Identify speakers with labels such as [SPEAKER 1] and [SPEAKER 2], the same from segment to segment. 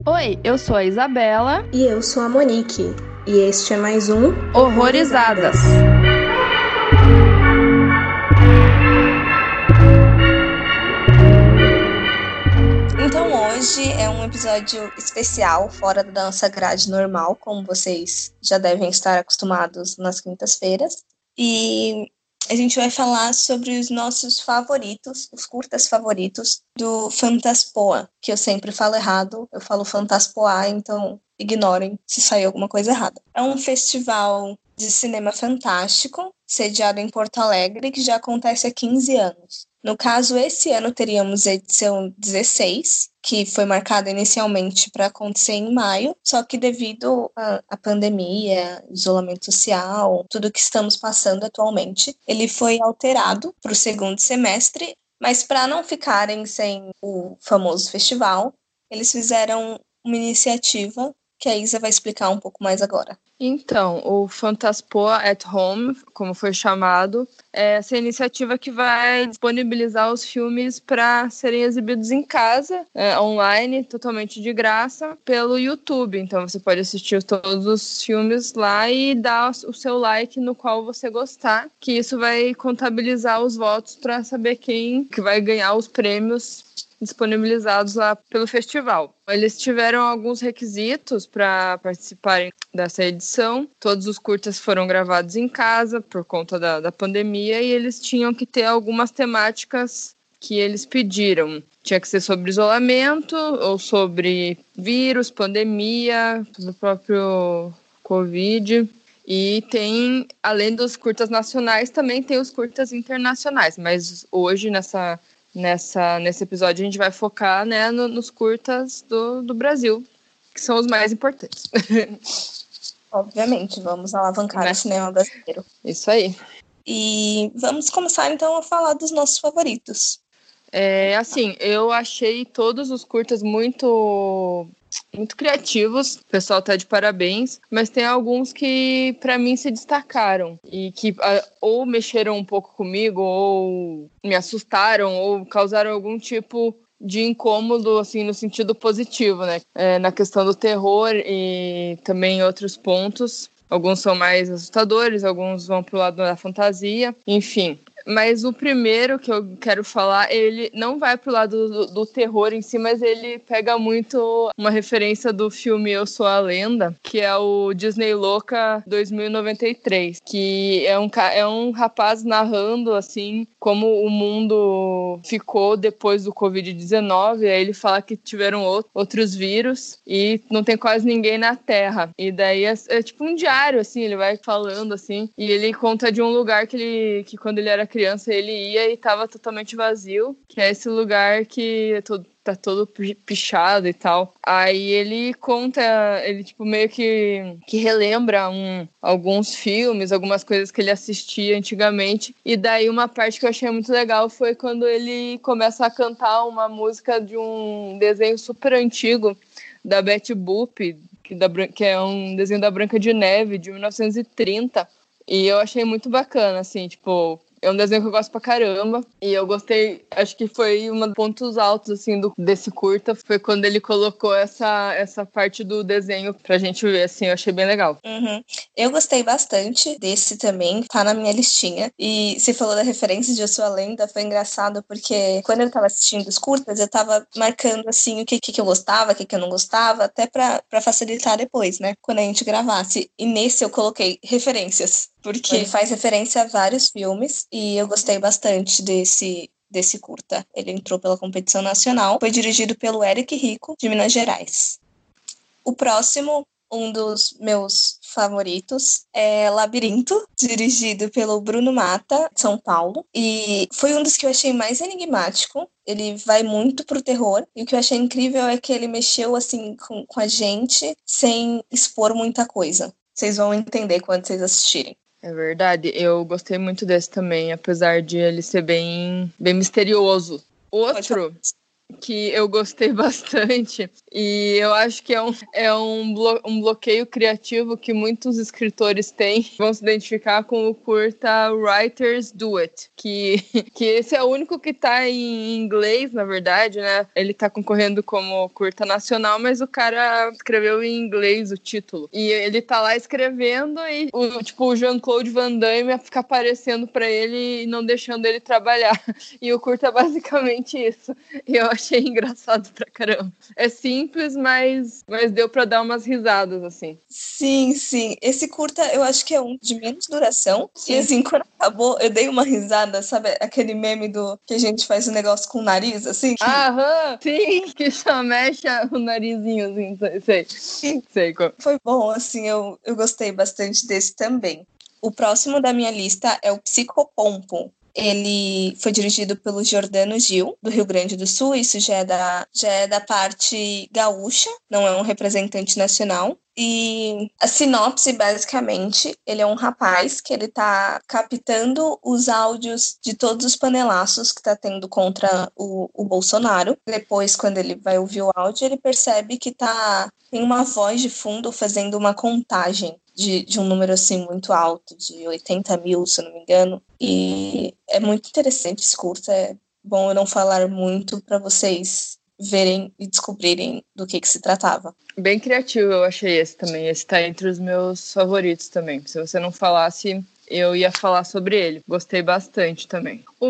[SPEAKER 1] Oi, eu sou a Isabela.
[SPEAKER 2] E eu sou a Monique. E este é mais um
[SPEAKER 1] Horrorizadas.
[SPEAKER 3] Então hoje é um episódio especial, fora da nossa grade normal, como vocês já devem estar acostumados nas quintas-feiras. E a gente vai falar sobre os nossos favoritos, os curtas favoritos do Fantaspoa, que eu sempre falo errado, eu falo Fantaspoa, então ignorem se saiu alguma coisa errada. É um festival de cinema fantástico, sediado em Porto Alegre, que já acontece há 15 anos. No caso, esse ano teríamos a edição 16, que foi marcada inicialmente para acontecer em maio, só que devido à pandemia, isolamento social, tudo que estamos passando atualmente, ele foi alterado para o segundo semestre, mas para não ficarem sem o famoso festival, eles fizeram uma iniciativa que a Isa vai explicar um pouco mais agora.
[SPEAKER 1] Então, o Fantaspoa at Home, como foi chamado, é essa iniciativa que vai disponibilizar os filmes para serem exibidos em casa, online, totalmente de graça, pelo YouTube. Então, você pode assistir todos os filmes lá e dar o seu like no qual você gostar, que isso vai contabilizar os votos para saber quem que vai ganhar os prêmios disponibilizados lá pelo festival. Eles tiveram alguns requisitos para participarem dessa edição. Todos os curtas foram gravados em casa por conta da pandemia e eles tinham que ter algumas temáticas que eles pediram. Tinha que ser sobre isolamento ou sobre vírus, pandemia, do próprio Covid. E tem, além dos curtas nacionais, também tem os curtas internacionais. Mas hoje, nesse episódio, a gente vai focar, né, nos curtas do Brasil, que são os mais importantes.
[SPEAKER 3] Obviamente, vamos alavancar o cinema brasileiro.
[SPEAKER 1] Isso aí.
[SPEAKER 3] E vamos começar, então, a falar dos nossos favoritos.
[SPEAKER 1] Assim, eu achei todos os curtas muito criativos, o pessoal tá de parabéns, mas tem alguns que para mim se destacaram e que ou mexeram um pouco comigo, ou me assustaram, ou causaram algum tipo de incômodo, assim, no sentido positivo, né? Na questão do terror e também em outros pontos. Alguns são mais assustadores, alguns vão pro lado da fantasia, enfim. Mas o primeiro que eu quero falar, ele não vai pro lado do terror em si, mas ele pega muito uma referência do filme Eu Sou a Lenda, que é o Disney Louca 2093, que é um rapaz narrando, assim, como o mundo ficou depois do Covid-19, aí ele fala que tiveram outros vírus e não tem quase ninguém na Terra. E daí é tipo um diário, assim, ele vai falando, assim, e ele conta de um lugar que quando ele era criança ele ia e tava totalmente vazio, que é esse lugar que tá todo pichado e tal. Aí ele conta, ele tipo meio que relembra alguns filmes, algumas coisas que ele assistia antigamente. E daí uma parte que eu achei muito legal foi quando ele começa a cantar uma música de um desenho super antigo da Betty Boop, que é um desenho da Branca de Neve, de 1930. E eu achei muito bacana, assim, tipo, é um desenho que eu gosto pra caramba. E eu gostei, acho que foi um dos pontos altos, assim, desse curta. Foi quando ele colocou essa parte do desenho pra gente ver, assim, eu achei bem legal.
[SPEAKER 3] Uhum. Eu gostei bastante desse também, tá na minha listinha. E você falou da referência de Eu Sou a Lenda, foi engraçado porque quando eu tava assistindo os curtas, eu tava marcando, assim, o que eu gostava, o que eu não gostava, até pra facilitar depois, né, quando a gente gravasse. E nesse eu coloquei referências, porque ele faz referência a vários filmes e eu gostei bastante desse curta. Ele entrou pela competição nacional, foi dirigido pelo Eric Rico, de Minas Gerais. O próximo, um dos meus favoritos, é Labirinto, dirigido pelo Bruno Mata, de São Paulo. E foi um dos que eu achei mais enigmático. Ele vai muito pro terror. E o que eu achei incrível é que ele mexeu assim com a gente sem expor muita coisa. Vocês vão entender quando vocês assistirem.
[SPEAKER 1] É verdade, eu gostei muito desse também, apesar de ele ser bem misterioso. Outro que eu gostei bastante, e eu acho que é um bloqueio criativo que muitos escritores têm, vão se identificar com o curta Writers Do It, que esse é o único que tá em inglês, na verdade, né? Ele tá concorrendo como curta nacional, mas o cara escreveu em inglês o título. E ele tá lá escrevendo e o Jean-Claude Van Damme fica aparecendo pra ele e não deixando ele trabalhar. E o curta é basicamente isso. E eu achei engraçado pra caramba. É simples, mas deu pra dar umas risadas, assim.
[SPEAKER 3] Sim, sim. Esse curta eu acho que é um de menos duração. Sim. E assim, quando acabou, eu dei uma risada, sabe? Aquele meme do que a gente faz um negócio com o nariz, assim.
[SPEAKER 1] Aham, sim, que só mexe o narizinho, assim, sei. Sei.
[SPEAKER 3] Foi bom, assim, eu gostei bastante desse também. O próximo da minha lista é o Psicopompo. Ele foi dirigido pelo Giordano Gil, do Rio Grande do Sul. Isso já é da parte gaúcha, não é um representante nacional. E a sinopse, basicamente, ele é um rapaz que ele tá captando os áudios de todos os panelaços que tá tendo contra o Bolsonaro. Depois, quando ele vai ouvir o áudio, ele percebe que tem uma voz de fundo fazendo uma contagem de um número assim muito alto, de 80 mil, se eu não me engano. E é muito interessante esse curta. É bom eu não falar muito para vocês verem e descobrirem do que se tratava.
[SPEAKER 1] Bem criativo, eu achei esse também. Esse tá entre os meus favoritos também. Se você não falasse, eu ia falar sobre ele. Gostei bastante também. O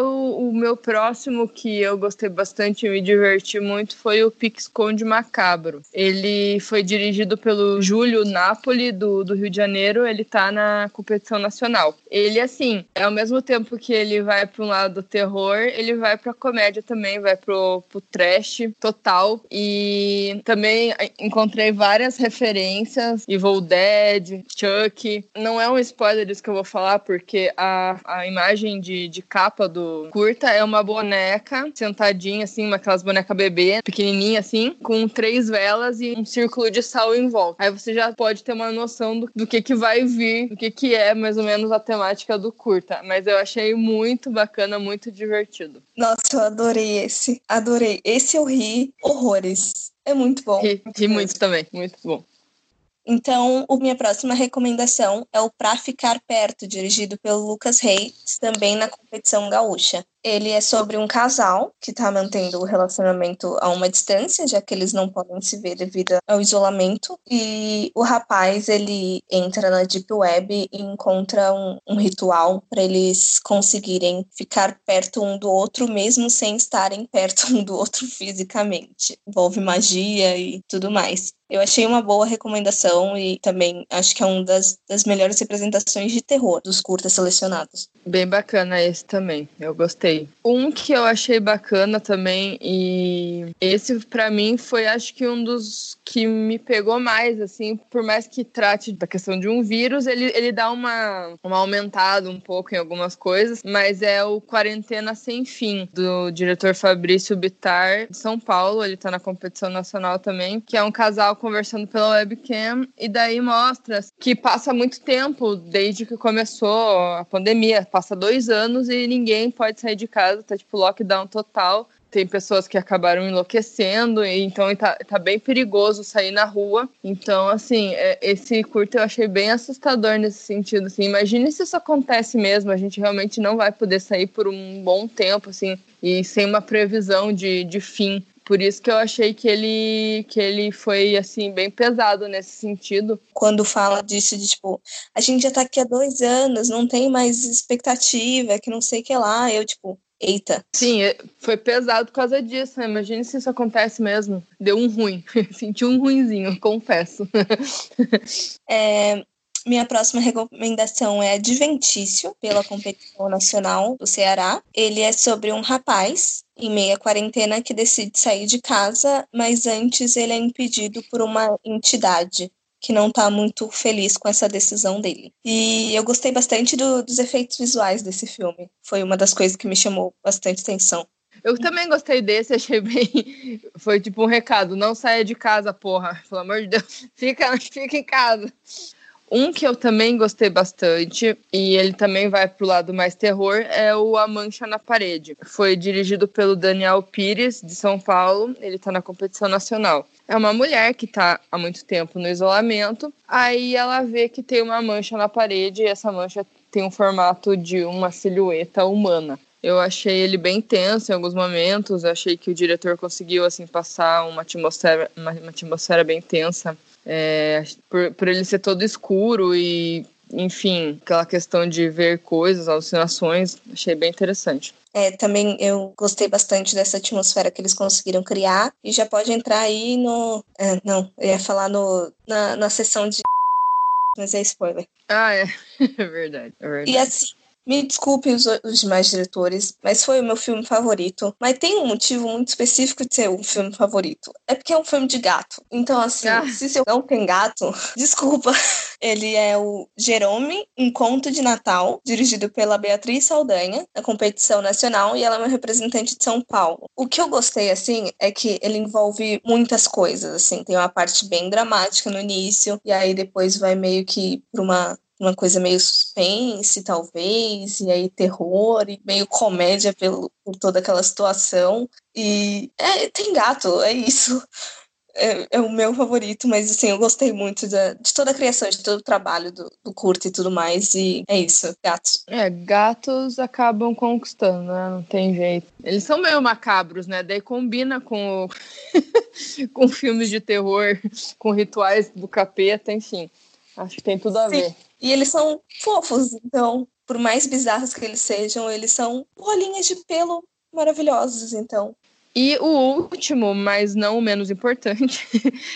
[SPEAKER 1] meu próximo que eu gostei bastante e me diverti muito foi o Pique-Esconde Macabro. Ele foi dirigido pelo Júlio Napoli, do Rio de Janeiro. Ele tá na competição nacional. Ele, assim, ao mesmo tempo que ele vai para um lado do terror, ele vai pra comédia também, vai pro trash total. E também encontrei várias referências, Evil Dead, Chuck. Não é um spoiler isso que eu vou falar, porque a imagem de capa do curta é uma boneca sentadinha, assim, aquelas bonecas bebê, pequenininha, assim, com 3 velas e um círculo de sal em volta. Aí você já pode ter uma noção do que vai vir, do que é mais ou menos a temática do curta. Mas eu achei muito bacana, muito divertido.
[SPEAKER 3] Nossa, eu adorei esse. Adorei. Esse eu ri horrores. É muito bom.
[SPEAKER 1] Ri muito também, muito bom.
[SPEAKER 3] Então, a minha próxima recomendação é o Pra Ficar Perto, dirigido pelo Lucas Reis, também na competição gaúcha. Ele é sobre um casal que está mantendo o relacionamento a uma distância, já que eles não podem se ver devido ao isolamento. E o rapaz, ele entra na Deep Web e encontra um ritual para eles conseguirem ficar perto um do outro, mesmo sem estarem perto um do outro fisicamente. Envolve magia e tudo mais. Eu achei uma boa recomendação e também acho que é uma das melhores representações de terror dos curtas selecionados.
[SPEAKER 1] Bem bacana esse também, eu gostei. Um que eu achei bacana também, e esse pra mim foi acho que um dos que me pegou mais, assim, por mais que trate da questão de um vírus, ele dá uma aumentada um pouco em algumas coisas, mas é o Quarentena Sem Fim, do diretor Fabrício Bittar, de São Paulo. Ele tá na competição nacional também, que é um casal conversando pela webcam, e daí mostra que passa muito tempo desde que começou a pandemia, passa 2 anos e ninguém pode sair de casa, tá tipo lockdown total. Tem pessoas que acabaram enlouquecendo, e então tá bem perigoso sair na rua. Então, assim, esse curta eu achei bem assustador nesse sentido. Assim, imagine se isso acontece mesmo, a gente realmente não vai poder sair por um bom tempo, assim, e sem uma previsão de fim. Por isso que eu achei que ele foi, assim, bem pesado nesse sentido.
[SPEAKER 3] Quando fala disso, de tipo, a gente já tá aqui há 2 anos, não tem mais expectativa, que não sei o que lá, eu, tipo, eita.
[SPEAKER 1] Sim, foi pesado por causa disso, né? Imagina se isso acontece mesmo. Deu um ruim. Senti um ruinzinho, confesso.
[SPEAKER 3] Minha próxima recomendação é Adventício, pela competição nacional do Ceará. Ele é sobre um rapaz em meia quarentena que decide sair de casa, mas antes ele é impedido por uma entidade que não está muito feliz com essa decisão dele. E eu gostei bastante dos efeitos visuais desse filme. Foi uma das coisas que me chamou bastante atenção.
[SPEAKER 1] Eu também gostei desse, achei bem... Foi tipo um recado, não saia de casa, porra. Pelo amor de Deus, fica em casa. Um que eu também gostei bastante, e ele também vai pro lado mais terror, é o A Mancha na Parede. Foi dirigido pelo Daniel Pires, de São Paulo. Ele tá na competição nacional. É uma mulher que tá há muito tempo no isolamento. Aí ela vê que tem uma mancha na parede, e essa mancha tem um formato de uma silhueta humana. Eu achei ele bem tenso em alguns momentos. Achei que o diretor conseguiu assim passar uma atmosfera bem tensa. Por ele ser todo escuro e, enfim, aquela questão de ver coisas, alucinações, achei bem interessante.
[SPEAKER 3] Também eu gostei bastante dessa atmosfera que eles conseguiram criar, e já pode entrar aí no... não, eu ia falar na sessão de... mas é spoiler.
[SPEAKER 1] É verdade.
[SPEAKER 3] E assim, me desculpe os demais diretores, mas foi o meu filme favorito. Mas tem um motivo muito específico de ser um filme favorito. É porque é um filme de gato. Então, assim, se seu não tem gato, desculpa. Ele é o Jerome, Um Conto de Natal, dirigido pela Beatriz Saldanha, na competição nacional, e ela é uma representante de São Paulo. O que eu gostei, assim, é que ele envolve muitas coisas, assim. Tem uma parte bem dramática no início, e aí depois vai meio que pra uma coisa meio suspense, talvez, e aí terror, e meio comédia por toda aquela situação. E tem gato, é isso. É o meu favorito, mas assim, eu gostei muito de toda a criação, de todo o trabalho do curto e tudo mais, e é isso, gatos.
[SPEAKER 1] Gatos acabam conquistando, né? Não tem jeito. Eles são meio macabros, né? Daí combina com com filmes de terror, com rituais do capeta, enfim. Acho que tem tudo a ver.
[SPEAKER 3] E eles são fofos, então, por mais bizarros que eles sejam, eles são bolinhas de pelo maravilhosos, então.
[SPEAKER 1] E o último, mas não o menos importante,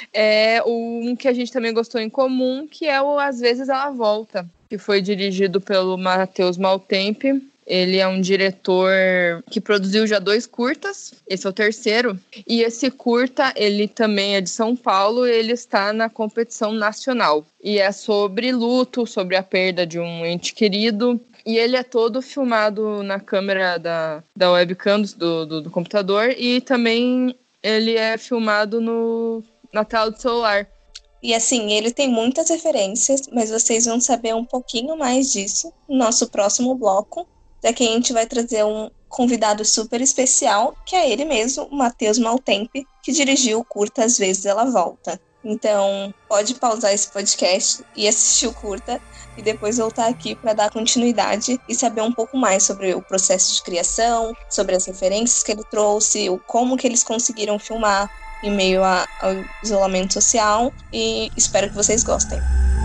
[SPEAKER 1] é um que a gente também gostou em comum, que é o Às Vezes Ela Volta, que foi dirigido pelo Matheus Maltempe. Ele é um diretor que produziu já 2 curtas, esse é o terceiro. E esse curta, ele também é de São Paulo, ele está na competição nacional. E é sobre luto, sobre a perda de um ente querido. E ele é todo filmado na câmera da webcam do computador, e também ele é filmado na tela do celular.
[SPEAKER 3] E assim, ele tem muitas referências, mas vocês vão saber um pouquinho mais disso no nosso próximo bloco. Daqui a gente vai trazer um convidado super especial, que é ele mesmo, o Matheus Maltempe, que dirigiu o curta Às Vezes Ela Volta. Então, pode pausar esse podcast e assistir o curta, e depois voltar aqui para dar continuidade e saber um pouco mais sobre o processo de criação, sobre as referências que ele trouxe, como que eles conseguiram filmar em meio ao isolamento social, e espero que vocês gostem.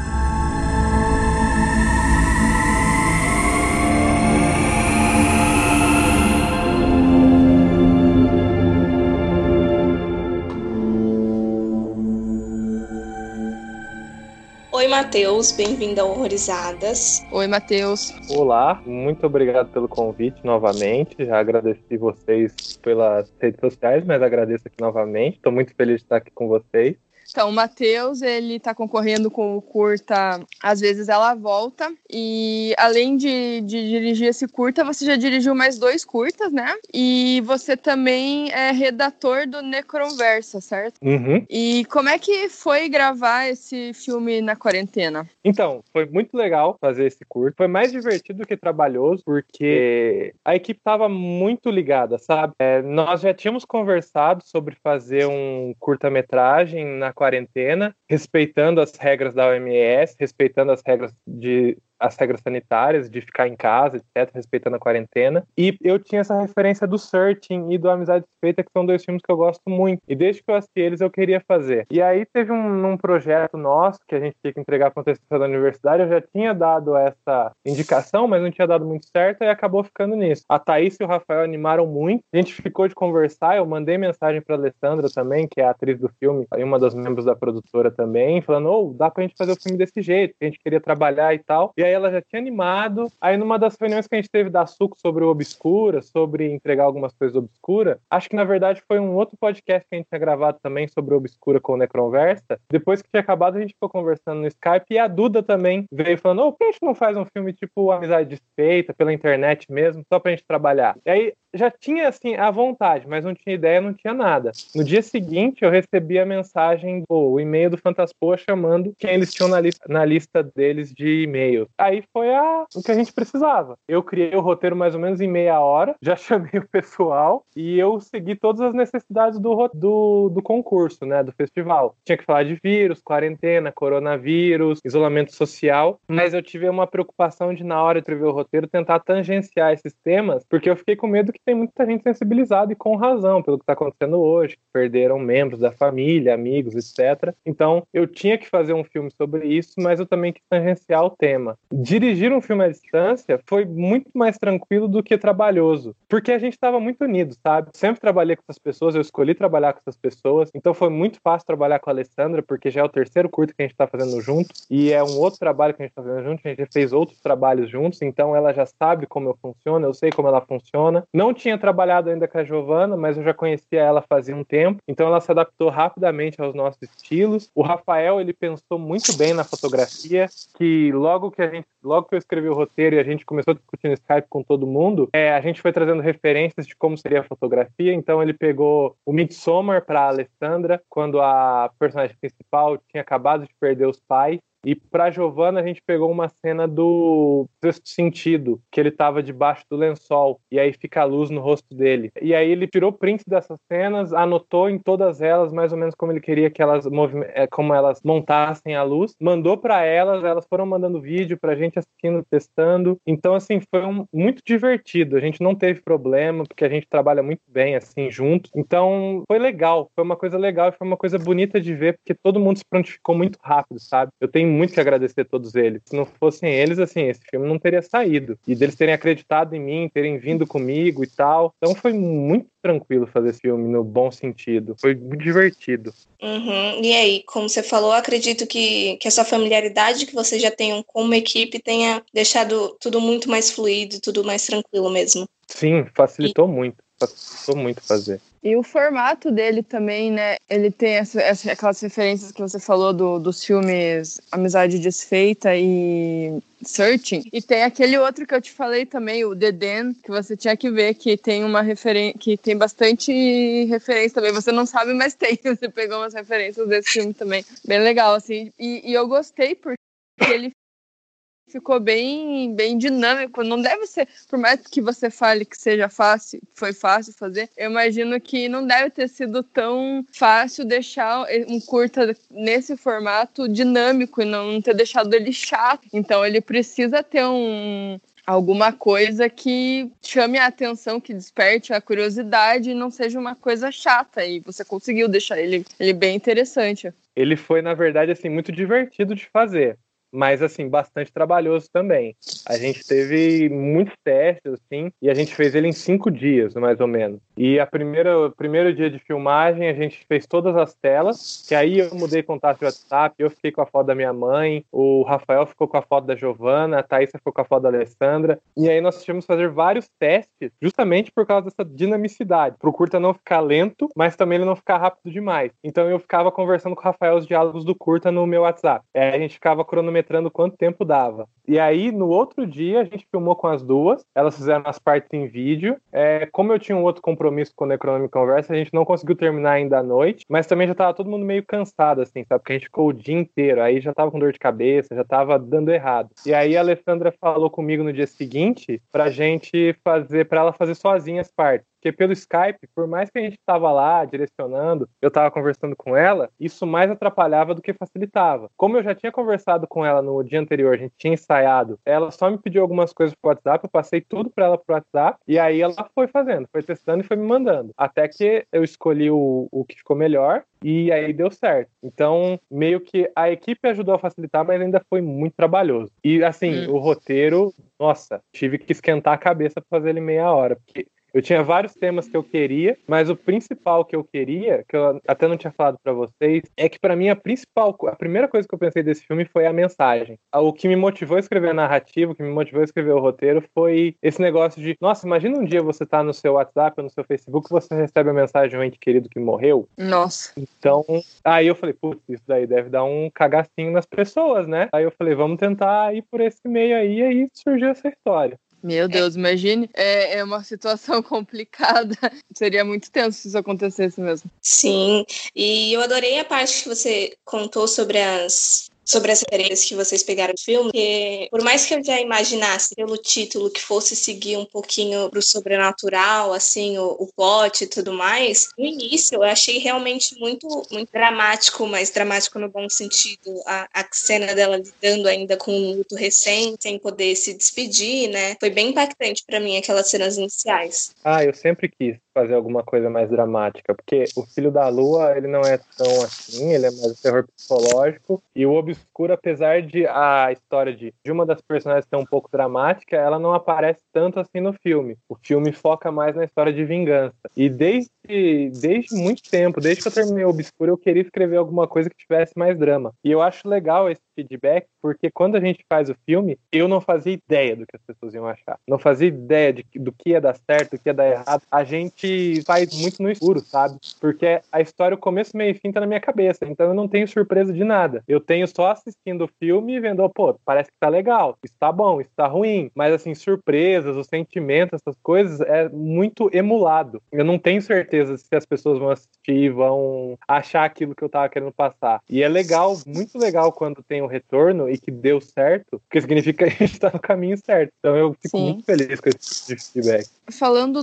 [SPEAKER 3] Oi, Matheus, bem-vindo ao Horrorizadas.
[SPEAKER 1] Oi, Matheus.
[SPEAKER 4] Olá, muito obrigado pelo convite novamente. Já agradeci vocês pelas redes sociais, mas agradeço aqui novamente. Estou muito feliz de estar aqui com vocês.
[SPEAKER 1] Então, o Matheus, ele tá concorrendo com o curta Às Vezes Ela Volta, e além de dirigir esse curta, você já dirigiu mais 2 curtas, né? E você também é redator do Necronversa, certo?
[SPEAKER 4] Uhum.
[SPEAKER 1] E como é que foi gravar esse filme na quarentena?
[SPEAKER 4] Então, foi muito legal fazer esse curta. Foi mais divertido do que trabalhoso, porque a equipe estava muito ligada, sabe? Nós já tínhamos conversado sobre fazer um curta-metragem na quarentena, respeitando as regras da OMS, respeitando as regras sanitárias, de ficar em casa, etc., respeitando a quarentena. E eu tinha essa referência do Searching e do Amizade Suspeita, que são 2 filmes que eu gosto muito. E desde que eu assisti eles, eu queria fazer. E aí teve um projeto nosso, que a gente tinha que entregar para a TCC da universidade. Eu já tinha dado essa indicação, mas não tinha dado muito certo, e acabou ficando nisso. A Thaís e o Rafael animaram muito. A gente ficou de conversar, eu mandei mensagem para a Alessandra também, que é a atriz do filme, e uma das membros da produtora também, falando, dá pra gente fazer o filme desse jeito, que a gente queria trabalhar e tal. E aí ela já tinha animado. Aí numa das reuniões que a gente teve da Suco sobre o Obscura, sobre entregar algumas coisas do Obscura, acho que na verdade foi um outro podcast que a gente tinha gravado também sobre o Obscura com o Necronversa. Depois que tinha acabado, a gente ficou conversando no Skype e a Duda também veio falando, por que a gente não faz um filme tipo Amizade Desfeita, pela internet mesmo, só pra gente trabalhar? E aí já tinha, assim, a vontade, mas não tinha ideia, não tinha nada. No dia seguinte, eu recebi a mensagem, o e-mail do Fantaspoa chamando quem eles tinham na lista deles de e-mail. Aí foi o que a gente precisava. Eu criei o roteiro mais ou menos em meia hora, já chamei o pessoal e eu segui todas as necessidades do concurso, né, do festival. Tinha que falar de vírus, quarentena, coronavírus, isolamento social, mas eu tive uma preocupação de, na hora de escrever o roteiro, tentar tangenciar esses temas, porque eu fiquei com medo que tem muita gente sensibilizada e com razão pelo que está acontecendo hoje, que perderam membros da família, amigos, etc. Então, eu tinha que fazer um filme sobre isso, mas eu também quis tangenciar o tema. Dirigir um filme à distância foi muito mais tranquilo do que trabalhoso, porque a gente estava muito unido, sabe? Sempre trabalhei com essas pessoas, eu escolhi trabalhar com essas pessoas, então foi muito fácil trabalhar com a Alessandra, porque já é o terceiro curto que a gente está fazendo junto, e é um outro trabalho que a gente está fazendo junto, a gente já fez outros trabalhos juntos, então ela já sabe como eu funciono, eu sei como ela funciona. Não tinha trabalhado ainda com a Giovana, mas eu já conhecia ela fazia um tempo, então ela se adaptou rapidamente aos nossos estilos. O Rafael, ele pensou muito bem na fotografia, que logo que eu escrevi o roteiro e a gente começou a discutir no Skype com todo mundo, a gente foi trazendo referências de como seria a fotografia, então ele pegou o Midsommar para a Alessandra, quando a personagem principal tinha acabado de perder os pais, e pra Giovana a gente pegou uma cena do Sexto Sentido, que ele tava debaixo do lençol, e aí fica a luz no rosto dele. E aí ele tirou prints dessas cenas, anotou em todas elas mais ou menos como ele queria que como elas montassem a luz, mandou pra elas foram mandando vídeo pra gente assistindo, testando. Então, assim, foi muito divertido. A gente não teve problema, porque a gente trabalha muito bem, assim, juntos. Então, foi legal. Foi uma coisa legal e foi uma coisa bonita de ver, porque todo mundo se prontificou muito rápido, sabe? Eu tenho muito que agradecer a todos eles. Se não fossem eles, assim, esse filme não teria saído. E deles terem acreditado em mim, terem vindo comigo e tal. Então foi muito tranquilo fazer esse filme, no bom sentido. Foi muito divertido.
[SPEAKER 3] Uhum. E aí, como você falou, acredito que essa familiaridade que vocês já tenham como equipe tenha deixado tudo muito mais fluido, tudo mais tranquilo mesmo.
[SPEAKER 4] Sim, facilitou muito. Facilitou muito fazer.
[SPEAKER 1] E o formato dele também, né? Ele tem aquelas referências que você falou dos filmes Amizade Desfeita e Searching. E tem aquele outro que eu te falei também, o The Den, que você tinha que ver, que tem uma referência, que tem bastante referência também. Você não sabe, mas tem. Você pegou umas referências desse filme também. Bem legal, assim. E eu gostei porque ele ficou bem dinâmico. Não deve ser, por mais que você fale que seja fácil, foi fácil fazer, eu imagino que não deve ter sido tão fácil deixar um curta nesse formato dinâmico e não ter deixado ele chato. Então ele precisa ter alguma coisa que chame a atenção, que desperte a curiosidade e não seja uma coisa chata. E você conseguiu deixar ele bem interessante.
[SPEAKER 4] Ele foi, na verdade, assim, muito divertido de fazer, mas, assim, bastante trabalhoso também. A gente teve muitos testes, assim, e a gente fez ele em 5 dias, mais ou menos. E o primeiro dia de filmagem, a gente fez todas as telas, que aí eu mudei contato de WhatsApp, eu fiquei com a foto da minha mãe, o Rafael ficou com a foto da Giovana, a Thaísa ficou com a foto da Alessandra, e aí nós tivemos que fazer vários testes, justamente por causa dessa dinamicidade, pro curta não ficar lento, mas também ele não ficar rápido demais. Então eu ficava conversando com o Rafael os diálogos do curta no meu WhatsApp. A gente ficava cronometrando quanto tempo dava. E aí, no outro dia, a gente filmou com as duas, elas fizeram as partes em vídeo. Como eu tinha um outro compromisso com o Necronome Conversa, a gente não conseguiu terminar ainda à noite, mas também já tava todo mundo meio cansado, assim, sabe? Porque a gente ficou o dia inteiro, aí já tava com dor de cabeça, já tava dando errado. E aí a Alessandra falou comigo no dia seguinte pra ela fazer sozinha as partes. Porque pelo Skype, por mais que a gente estava lá direcionando, eu estava conversando com ela, isso mais atrapalhava do que facilitava. Como eu já tinha conversado com ela no dia anterior, a gente tinha ensaiado, ela só me pediu algumas coisas pro WhatsApp, eu passei tudo para ela pro WhatsApp, e aí ela foi fazendo, foi testando e foi me mandando. Até que eu escolhi o que ficou melhor, e aí deu certo. Então, meio que a equipe ajudou a facilitar, mas ainda foi muito trabalhoso. E assim, o roteiro, nossa, tive que esquentar a cabeça para fazer ele em meia hora, porque Eu tinha vários temas que eu queria, mas o principal que eu queria, que eu até não tinha falado pra vocês, é que pra mim a primeira coisa que eu pensei desse filme foi a mensagem. O que me motivou a escrever a narrativa, o que me motivou a escrever o roteiro foi esse negócio de, nossa, imagina um dia você tá no seu WhatsApp ou no seu Facebook, você recebe a mensagem de um ente querido que morreu.
[SPEAKER 1] Nossa.
[SPEAKER 4] Então, aí eu falei, putz, isso daí deve dar um cagacinho nas pessoas, né? Aí eu falei, vamos tentar ir por esse meio aí, e aí surgiu essa história.
[SPEAKER 1] Meu Deus, imagine, é uma situação complicada. Seria muito tenso se isso acontecesse mesmo.
[SPEAKER 3] Sim, e eu adorei a parte que você contou sobre as referências que vocês pegaram do filme, porque por mais que eu já imaginasse pelo título que fosse seguir um pouquinho pro sobrenatural, assim, o plot e tudo mais, no início eu achei realmente muito, muito dramático, mas dramático no bom sentido, a cena dela lidando ainda com um luto recente, sem poder se despedir, né? Foi bem impactante pra mim aquelas cenas iniciais.
[SPEAKER 4] Eu sempre quis fazer alguma coisa mais dramática, porque o Filho da Lua, ele não é tão assim, ele é mais terror psicológico, e o Obscuro, apesar de a história de uma das personagens ser um pouco dramática, ela não aparece tanto assim no filme. O filme foca mais na história de vingança. E desde muito tempo, desde que eu terminei o Obscuro, eu queria escrever alguma coisa que tivesse mais drama. E eu acho legal esse feedback, porque quando a gente faz o filme, eu não fazia ideia do que as pessoas iam achar. Não fazia ideia do que ia dar certo, do que ia dar errado. A gente faz muito no escuro, sabe? Porque a história, o começo, meio e fim, tá na minha cabeça. Então eu não tenho surpresa de nada. Eu tenho só assistindo o filme e vendo, pô, parece que tá legal, isso tá bom, isso tá ruim. Mas, assim, surpresas, os sentimentos, essas coisas, é muito emulado. Eu não tenho certeza se as pessoas vão assistir e vão achar aquilo que eu tava querendo passar. E é legal, muito legal, quando tem um retorno e que deu certo, porque significa que a gente tá no caminho certo. Então eu fico muito feliz com esse tipo de feedback.
[SPEAKER 1] Falando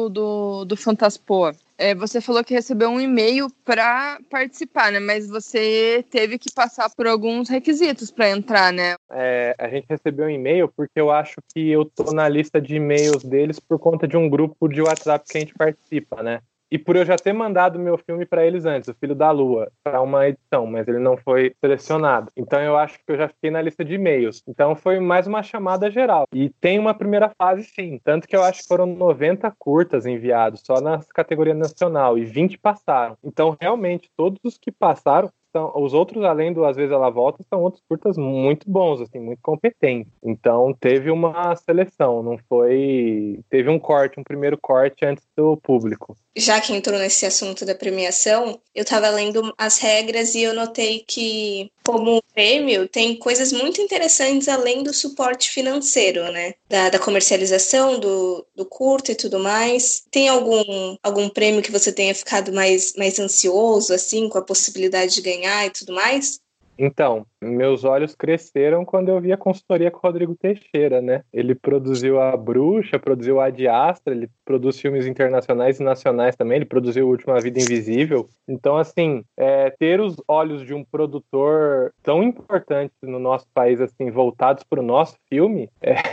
[SPEAKER 1] do Fantaspoa, você falou que recebeu um e-mail para participar, né? Mas você teve que passar por alguns requisitos para entrar, né?
[SPEAKER 4] A gente recebeu um e-mail porque eu acho que eu tô na lista de e-mails deles por conta de um grupo de WhatsApp que a gente participa, né? E por eu já ter mandado meu filme para eles antes, O Filho da Lua, para uma edição, mas ele não foi selecionado. Então eu acho que eu já fiquei na lista de e-mails. Então foi mais uma chamada geral. E tem uma primeira fase, sim. Tanto que eu acho que foram 90 curtas enviados, só na categoria nacional, e 20 passaram. Então realmente todos os que passaram, os outros, além do Às vezes Ela Volta, são outros curtas muito bons, assim, muito competentes. Então teve uma seleção, não foi... Teve um primeiro corte antes do público.
[SPEAKER 3] Já que entrou nesse assunto da premiação, eu estava lendo as regras e eu notei que, como prêmio, tem coisas muito interessantes além do suporte financeiro, né? Da comercialização do curto e tudo mais. Tem algum prêmio que você tenha ficado mais ansioso, assim, com a possibilidade de ganhar e tudo mais?
[SPEAKER 4] Então, meus olhos cresceram quando eu vi a consultoria com o Rodrigo Teixeira, né? Ele produziu A Bruxa, produziu Ad Astra, ele produz filmes internacionais e nacionais também, ele produziu Última Vida Invisível. Então, assim, ter os olhos de um produtor tão importante no nosso país, assim, voltados para o nosso filme,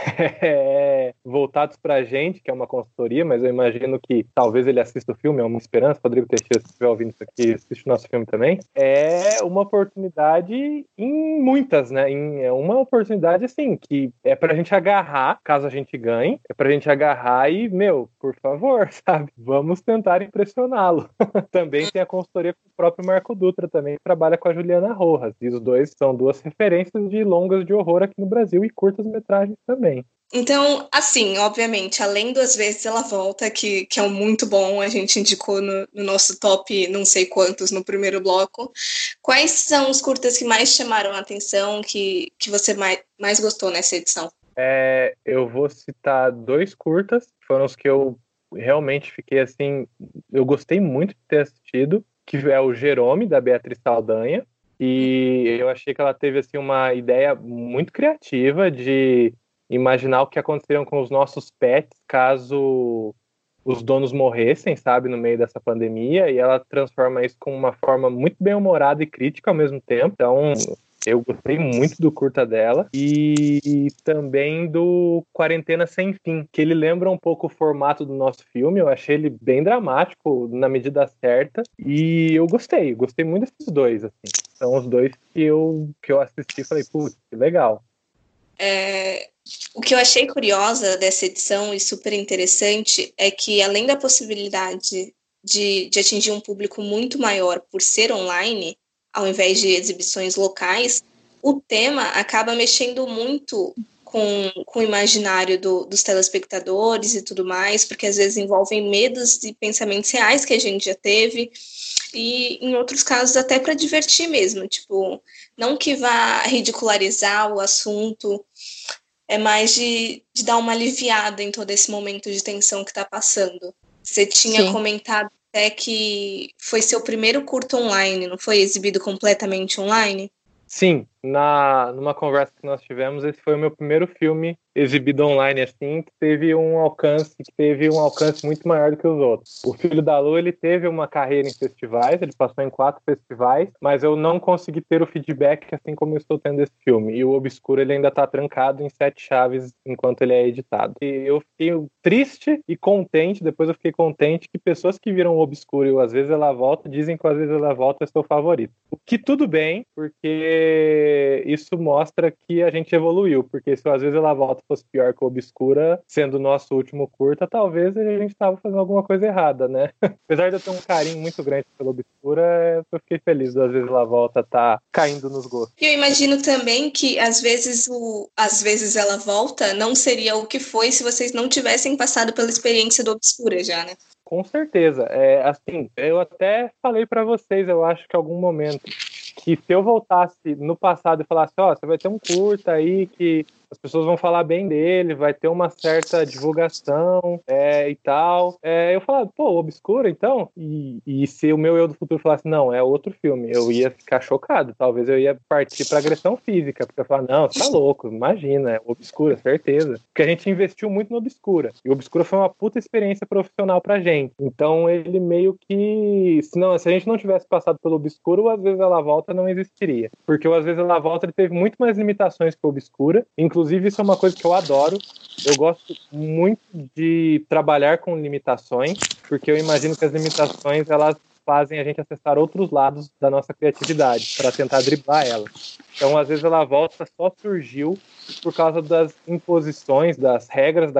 [SPEAKER 4] voltados para a gente, que é uma consultoria, mas eu imagino que talvez ele assista o filme, é uma esperança, Rodrigo Teixeira, se estiver ouvindo isso aqui, assiste o nosso filme também, é uma oportunidade em muitas, né? É uma oportunidade, assim, que é pra gente agarrar, caso a gente ganhe, é pra gente agarrar e, por favor, sabe? Vamos tentar impressioná-lo. Também tem a consultoria com o próprio Marco Dutra também, que trabalha com a Juliana Rojas, e os dois são duas referências de longas de horror aqui no Brasil e curtas-metragens também.
[SPEAKER 3] Então, assim, obviamente, além do Às vezes Ela Volta, que é um muito bom, a gente indicou no nosso top não sei quantos no primeiro bloco, quais são os curtas que mais chamaram a atenção, que você mais gostou nessa edição?
[SPEAKER 4] Eu vou citar 2 curtas, que foram os que eu realmente fiquei assim, eu gostei muito de ter assistido, que é o Jerome, da Beatriz Saldanha, e eu achei que ela teve assim, uma ideia muito criativa de imaginar o que aconteceriam com os nossos pets caso os donos morressem, sabe, no meio dessa pandemia, e ela transforma isso com uma forma muito bem-humorada e crítica ao mesmo tempo. Então, eu gostei muito do curta dela, e também do Quarentena Sem Fim, que ele lembra um pouco o formato do nosso filme. Eu achei ele bem dramático, na medida certa, e eu gostei muito desses dois, assim. São os dois que eu assisti e falei, putz, que legal.
[SPEAKER 3] O que eu achei curiosa dessa edição e super interessante é que, além da possibilidade de atingir um público muito maior por ser online, ao invés de exibições locais, o tema acaba mexendo muito com o imaginário dos telespectadores e tudo mais, porque às vezes envolvem medos e pensamentos reais que a gente já teve, e em outros casos até para divertir mesmo, tipo, não que vá ridicularizar o assunto, é mais de dar uma aliviada em todo esse momento de tensão que está passando. Você tinha comentado até que foi seu primeiro curto online, não foi exibido completamente online?
[SPEAKER 4] Sim, numa conversa que nós tivemos, esse foi o meu primeiro filme exibido online, assim, que teve um alcance muito maior do que os outros. O Filho da Lua, ele teve uma carreira em festivais, ele passou em 4 festivais, mas eu não consegui ter o feedback assim como eu estou tendo desse filme. E o Obscuro, ele ainda está trancado em 7 chaves enquanto ele é editado. E eu fiquei triste e contente, depois eu fiquei contente que pessoas que viram o Obscuro e o Às Vezes Ela Volta, dizem que o Às Vezes Ela Volta é seu favorito. O que tudo bem, porque isso mostra que a gente evoluiu, porque se o Às Vezes Ela Volta fosse pior que o Obscura, sendo o nosso último curta, talvez a gente estava fazendo alguma coisa errada, né? Apesar de eu ter um carinho muito grande pelo Obscura, eu fiquei feliz do Às Vezes Ela Volta tá caindo nos gostos.
[SPEAKER 3] E eu imagino também que às vezes Ela Volta não seria o que foi se vocês não tivessem passado pela experiência do Obscura já, né?
[SPEAKER 4] Com certeza. Assim, eu até falei para vocês, eu acho que em algum momento, que se eu voltasse no passado e falasse, você vai ter um curta aí que as pessoas vão falar bem dele, vai ter uma certa divulgação e tal. Eu falava, Obscura, então? E se o meu eu do futuro falasse, não, é outro filme, eu ia ficar chocado. Talvez eu ia partir para agressão física, porque eu falava, não, você tá louco, imagina, é Obscura, certeza. Porque a gente investiu muito no Obscura. E o Obscura foi uma puta experiência profissional pra gente. Então ele meio que... Se a gente não tivesse passado pelo Obscura, o Às Vezes Ela Volta não existiria. Porque o Às Vezes Ela Volta ele teve muito mais limitações que o Obscura. Inclusive, isso é uma coisa que eu adoro. Eu gosto muito de trabalhar com limitações, porque eu imagino que as limitações, elas fazem a gente acessar outros lados da nossa criatividade, para tentar driblar elas. Então, Às Vezes Ela Volta só surgiu por causa das imposições, das regras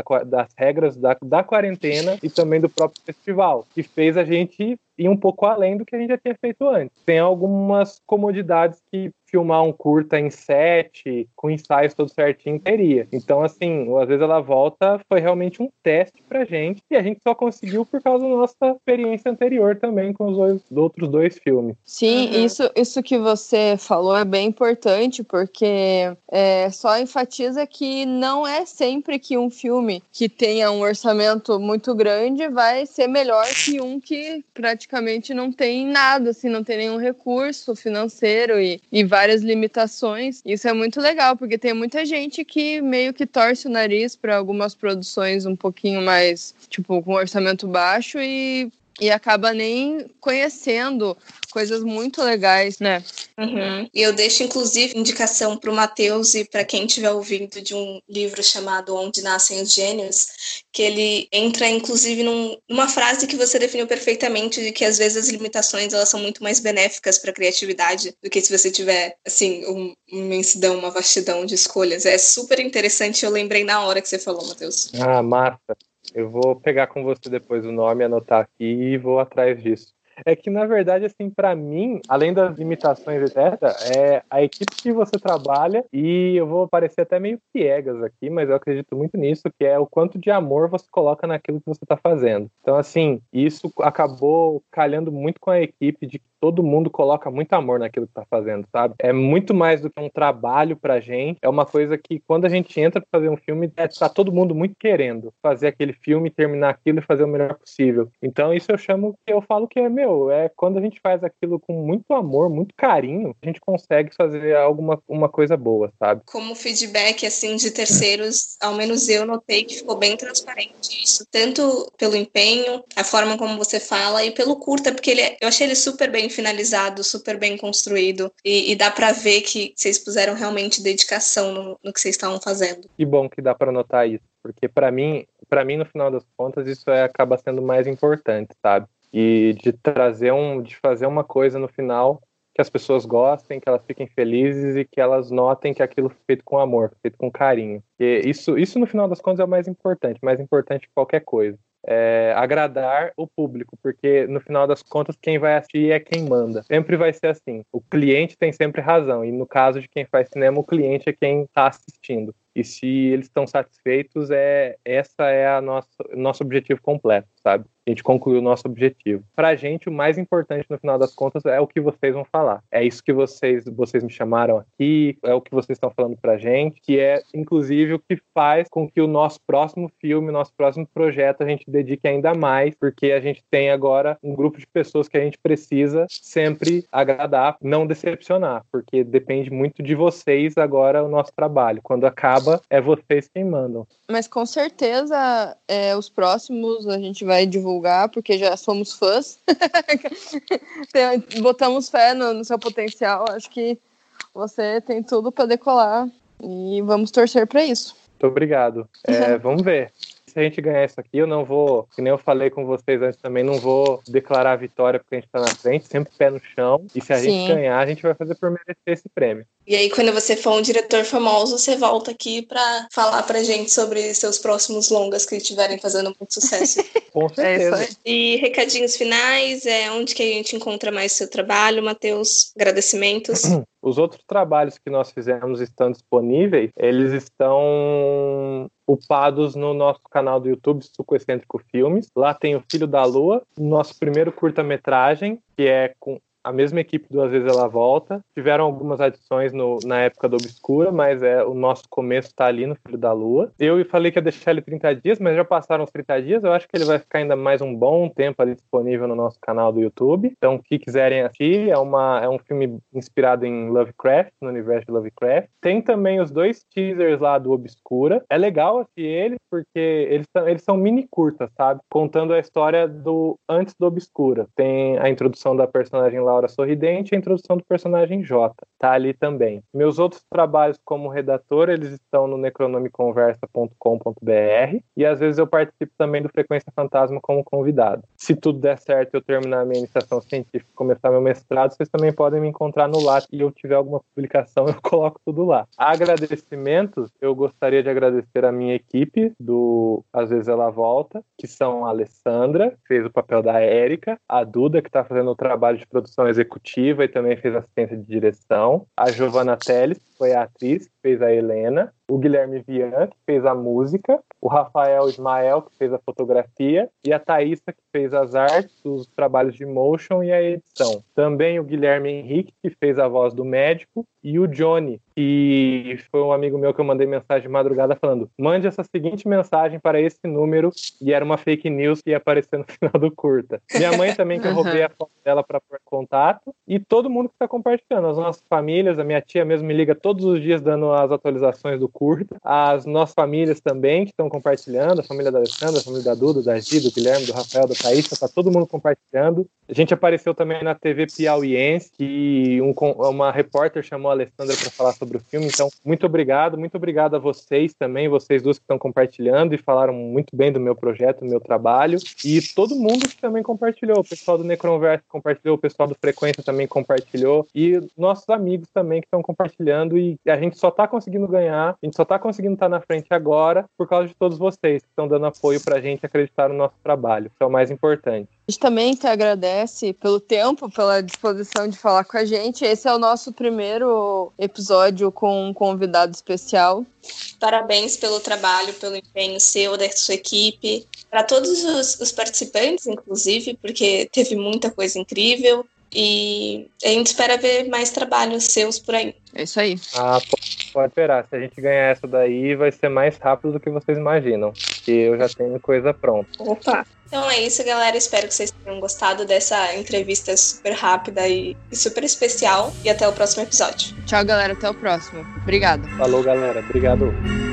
[SPEAKER 4] da quarentena e também do próprio festival, que fez a gente ir um pouco além do que a gente já tinha feito antes. Tem algumas comodidades que filmar um curta em set, com ensaios todo certinho, teria. Então, assim, Às Vezes Ela Volta foi realmente um teste pra gente, e a gente só conseguiu por causa da nossa experiência anterior também com os outros 2 filmes.
[SPEAKER 1] Sim, isso que você falou é bem importante, porque só enfatiza que não é sempre que um filme que tenha um orçamento muito grande vai ser melhor que um que praticamente não tem nada, assim, não tem nenhum recurso financeiro e várias limitações. Isso é muito legal, porque tem muita gente que meio que torce o nariz para algumas produções um pouquinho mais, tipo, com orçamento baixo e acaba nem conhecendo coisas muito legais, né?
[SPEAKER 3] Uhum. E eu deixo, inclusive, indicação para o Matheus e para quem estiver ouvindo de um livro chamado Onde Nascem os Gênios, que ele entra, inclusive, numa frase que você definiu perfeitamente, de que às vezes as limitações elas são muito mais benéficas para a criatividade do que se você tiver, assim, uma imensidão, uma vastidão de escolhas. É super interessante, eu lembrei na hora que você falou, Matheus.
[SPEAKER 4] Ah, massa. Eu vou pegar com você depois o nome, anotar aqui e vou atrás disso. É que, na verdade, assim, para mim, além das limitações, etc., é a equipe que você trabalha, e eu vou parecer até meio piegas aqui, mas eu acredito muito nisso, que é o quanto de amor você coloca naquilo que você está fazendo. Então, assim, isso acabou calhando muito com a equipe, de que todo mundo coloca muito amor naquilo que está fazendo, sabe? É muito mais do que um trabalho pra gente, é uma coisa que, quando a gente entra para fazer um filme, tá todo mundo muito querendo fazer aquele filme, terminar aquilo e fazer o melhor possível. Então, isso eu falo que é quando a gente faz aquilo com muito amor, muito carinho, a gente consegue fazer uma coisa boa, sabe?
[SPEAKER 3] Como feedback, assim, de terceiros, ao menos eu notei que ficou bem transparente isso, tanto pelo empenho, a forma como você fala, e pelo curta, porque eu achei ele super bem finalizado, super bem construído, e dá pra ver que vocês puseram realmente dedicação no que vocês estavam fazendo.
[SPEAKER 4] Que bom que dá pra notar isso, porque pra mim, no final das contas, isso acaba sendo mais importante, sabe? E de fazer uma coisa no final que as pessoas gostem, que elas fiquem felizes e que elas notem que aquilo foi feito com amor, feito com carinho. E isso no final das contas é o mais importante que qualquer coisa. Agradar o público, porque no final das contas quem vai assistir é quem manda. Sempre vai ser assim. O cliente tem sempre razão, e no caso de quem faz cinema, o cliente é quem está assistindo. E se eles estão satisfeitos, essa é nosso objetivo completo, sabe? A gente concluiu o nosso objetivo. Pra gente, o mais importante no final das contas é o que vocês vão falar. É isso que vocês me chamaram aqui, é o que vocês estão falando pra gente, que é, inclusive, o que faz com que o nosso próximo filme, o nosso próximo projeto, a gente dedique ainda mais, porque a gente tem agora um grupo de pessoas que a gente precisa sempre agradar, não decepcionar, porque depende muito de vocês agora o nosso trabalho. Quando acaba, é vocês quem mandam.
[SPEAKER 1] Mas com certeza os próximos a gente vai divulgar, porque já somos fãs. Botamos fé no seu potencial. Acho que você tem tudo para decolar e vamos torcer para isso.
[SPEAKER 4] Muito obrigado. Vamos ver. Se a gente ganhar isso aqui, eu não vou, que nem eu falei com vocês antes também, não vou declarar a vitória porque a gente tá na frente, sempre pé no chão. E se a gente ganhar, a gente vai fazer por merecer esse prêmio.
[SPEAKER 3] E aí, quando você for um diretor famoso, você volta aqui pra falar pra gente sobre seus próximos longas que estiverem fazendo muito sucesso.
[SPEAKER 4] Com certeza.
[SPEAKER 3] E recadinhos finais, onde que a gente encontra mais seu trabalho, Matheus? Agradecimentos.
[SPEAKER 4] Os outros trabalhos que nós fizemos estão disponíveis, eles estão upados no nosso canal do YouTube, Suco Excêntrico Filmes. Lá tem O Filho da Lua, nosso primeiro curta-metragem, que é com a mesma equipe do Às vezes Ela Volta. Tiveram algumas adições na época do Obscura, mas o nosso começo está ali no Filho da Lua. Eu falei que ia deixar ele 30 dias, mas já passaram os 30 dias. Eu acho que ele vai ficar ainda mais um bom tempo ali disponível no nosso canal do YouTube. Então, se quiserem assistir, é um filme inspirado em Lovecraft, no universo de Lovecraft. Tem também os 2 teasers lá do Obscura. É legal assistir eles, porque eles são mini curtas, sabe? Contando a história antes do Obscura. Tem a introdução da personagem Laura Sorridente e a introdução do personagem Jota. Tá ali também. Meus outros trabalhos como redator, eles estão no necronomiconversa.com.br e às vezes eu participo também do Frequência Fantasma como convidado. Se tudo der certo, eu terminar a minha iniciação científica e começar meu mestrado, vocês também podem me encontrar no Lattes e eu tiver alguma publicação, eu coloco tudo lá. Agradecimentos, eu gostaria de agradecer a minha equipe do Às vezes Ela Volta, que são a Alessandra, que fez o papel da Érica, a Duda, que está fazendo o trabalho de produção executiva e também fez assistência de direção, a Giovanna Teles, que foi a atriz que fez a Helena, o Guilherme Vian, que fez a música, o Rafael Ismael, que fez a fotografia, e a Thaísa, que fez as artes, os trabalhos de motion e a edição. Também o Guilherme Henrique, que fez a voz do médico, e o Johnny, que foi um amigo meu que eu mandei mensagem de madrugada falando: mande essa seguinte mensagem para esse número, e era uma fake news que ia aparecer no final do curta. Minha mãe também, que eu roubei a foto dela para pôr contato, e todo mundo que está compartilhando, as nossas famílias, a minha tia mesmo me liga todos os dias dando as atualizações do curta, as nossas famílias também que estão compartilhando, a família da Alessandra, a família da Duda, da Gi, do Guilherme, do Rafael, da Thaísa, tá todo mundo compartilhando. A gente apareceu também na TV Piauiense, que uma repórter chamou a Alessandra para falar sobre o filme, então muito obrigado a vocês também, vocês duas que estão compartilhando e falaram muito bem do meu projeto, do meu trabalho, e todo mundo que também compartilhou, o pessoal do Necronverse compartilhou, o pessoal do Frequência também compartilhou, e nossos amigos também que estão compartilhando, e a gente só tá conseguindo ganhar, a gente só tá conseguindo estar na frente agora por causa de todos vocês que estão dando apoio pra gente acreditar no nosso trabalho, isso é o mais importante.
[SPEAKER 1] A gente também te agradece pelo tempo, pela disposição de falar com a gente. Esse é o nosso primeiro episódio com um convidado especial.
[SPEAKER 3] Parabéns pelo trabalho, pelo empenho seu, da sua equipe. Para todos os participantes, inclusive, porque teve muita coisa incrível. E a gente espera ver mais trabalhos seus por aí.
[SPEAKER 1] É isso aí.
[SPEAKER 4] Pode esperar. Se a gente ganhar essa daí, vai ser mais rápido do que vocês imaginam. Porque eu já tenho coisa pronta.
[SPEAKER 3] Opa! Então é isso, galera. Espero que vocês tenham gostado dessa entrevista super rápida e super especial. E até o próximo episódio.
[SPEAKER 1] Tchau, galera. Até o próximo. Obrigada.
[SPEAKER 4] Falou, galera. Obrigado.